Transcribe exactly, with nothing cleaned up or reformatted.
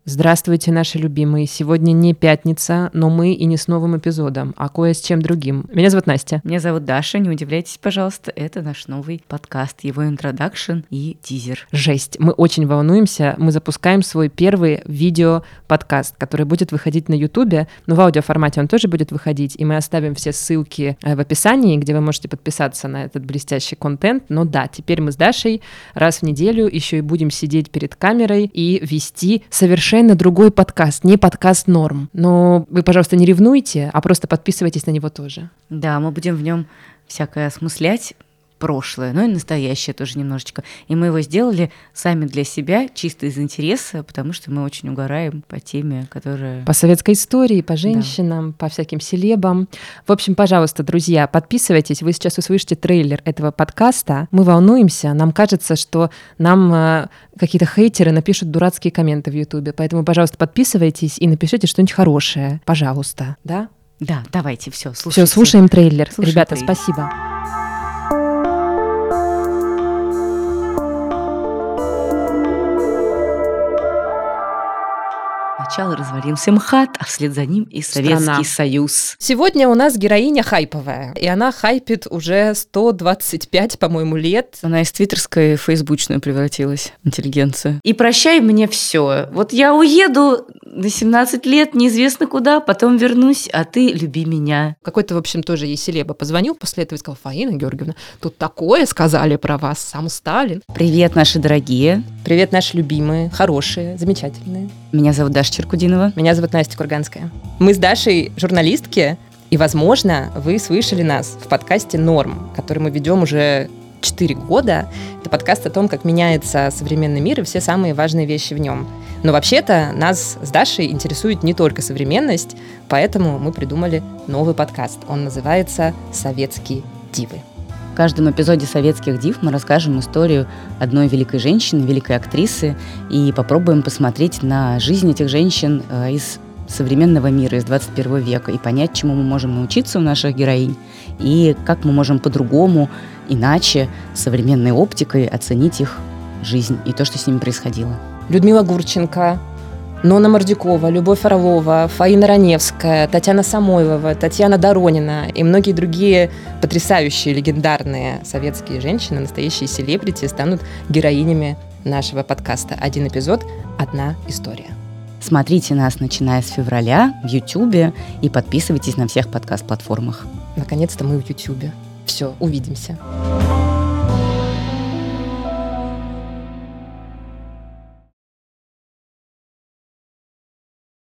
Здравствуйте, наши любимые. Сегодня не пятница, но мы и не с новым эпизодом, а кое с чем другим. Меня зовут Настя. Меня зовут Даша. Не удивляйтесь, пожалуйста, это наш новый подкаст, его интродакшн и тизер. Жесть. Мы очень волнуемся. Мы запускаем свой первый видео-подкаст, который будет выходить на Ютубе, но в аудиоформате он тоже будет выходить, и мы оставим все ссылки в описании, где вы можете подписаться на этот блестящий контент. Но да, теперь мы с Дашей раз в неделю еще и будем сидеть перед камерой и вести совершенно другой подкаст, не подкаст норм. Но вы, пожалуйста, не ревнуйте, а просто подписывайтесь на него тоже. Да, мы будем в нем всякое осмыслять, прошлое, ну и настоящее тоже немножечко. И мы его сделали сами для себя, чисто из интереса, потому что мы очень угораем по теме, которая... По советской истории, по женщинам, да. По всяким селебам. В общем, пожалуйста, друзья, подписывайтесь. Вы сейчас услышите трейлер этого подкаста. Мы волнуемся. Нам кажется, что нам э, какие-то хейтеры напишут дурацкие комменты в Ютубе. Поэтому, пожалуйста, подписывайтесь и напишите что-нибудь хорошее. Пожалуйста. Да? Да, давайте, все, слушайте. Все, слушаем трейлер. Слушаем Ребята, трейлер. Спасибо. Сначала развалился МХАТ, а вслед за ним и Советский Страна. Союз. Сегодня у нас героиня хайповая, и она хайпит уже сто двадцать пять, по-моему, лет. Она из твиттерской в фейсбучную превратилась, интеллигенция. И прощай мне все. Вот я уеду на семнадцать лет, неизвестно куда, потом вернусь, а ты люби меня. Какой-то, в общем, тоже ей селеба позвонил после этого и сказал: Фаина Георгиевна, тут такое сказали про вас, сам Сталин. Привет, наши дорогие. Привет, наши любимые, хорошие, замечательные. Меня зовут Даша Черкудинова. Меня зовут Настя Курганская. Мы с Дашей журналистки, и, возможно, вы слышали нас в подкасте «Норм», который мы ведем уже четыре года. Это подкаст о том, как меняется современный мир и все самые важные вещи в нем. Но вообще-то нас с Дашей интересует не только современность, поэтому мы придумали новый подкаст. Он называется «Советские дивы». В каждом эпизоде «Советских див» мы расскажем историю одной великой женщины, великой актрисы, и попробуем посмотреть на жизнь этих женщин из современного мира, из двадцать первого века, и понять, чему мы можем научиться у наших героинь, и как мы можем по-другому, иначе, современной оптикой оценить их жизнь и то, что с ними происходило. Людмила Гурченко, Нонна Мордюкова, Любовь Орлова, Фаина Раневская, Татьяна Самойлова, Татьяна Доронина и многие другие потрясающие, легендарные советские женщины, настоящие селебрити, станут героинями нашего подкаста. Один эпизод, одна история. Смотрите нас, начиная с февраля, в Ютубе, и подписывайтесь на всех подкаст-платформах. Наконец-то мы в Ютубе. Все, увидимся.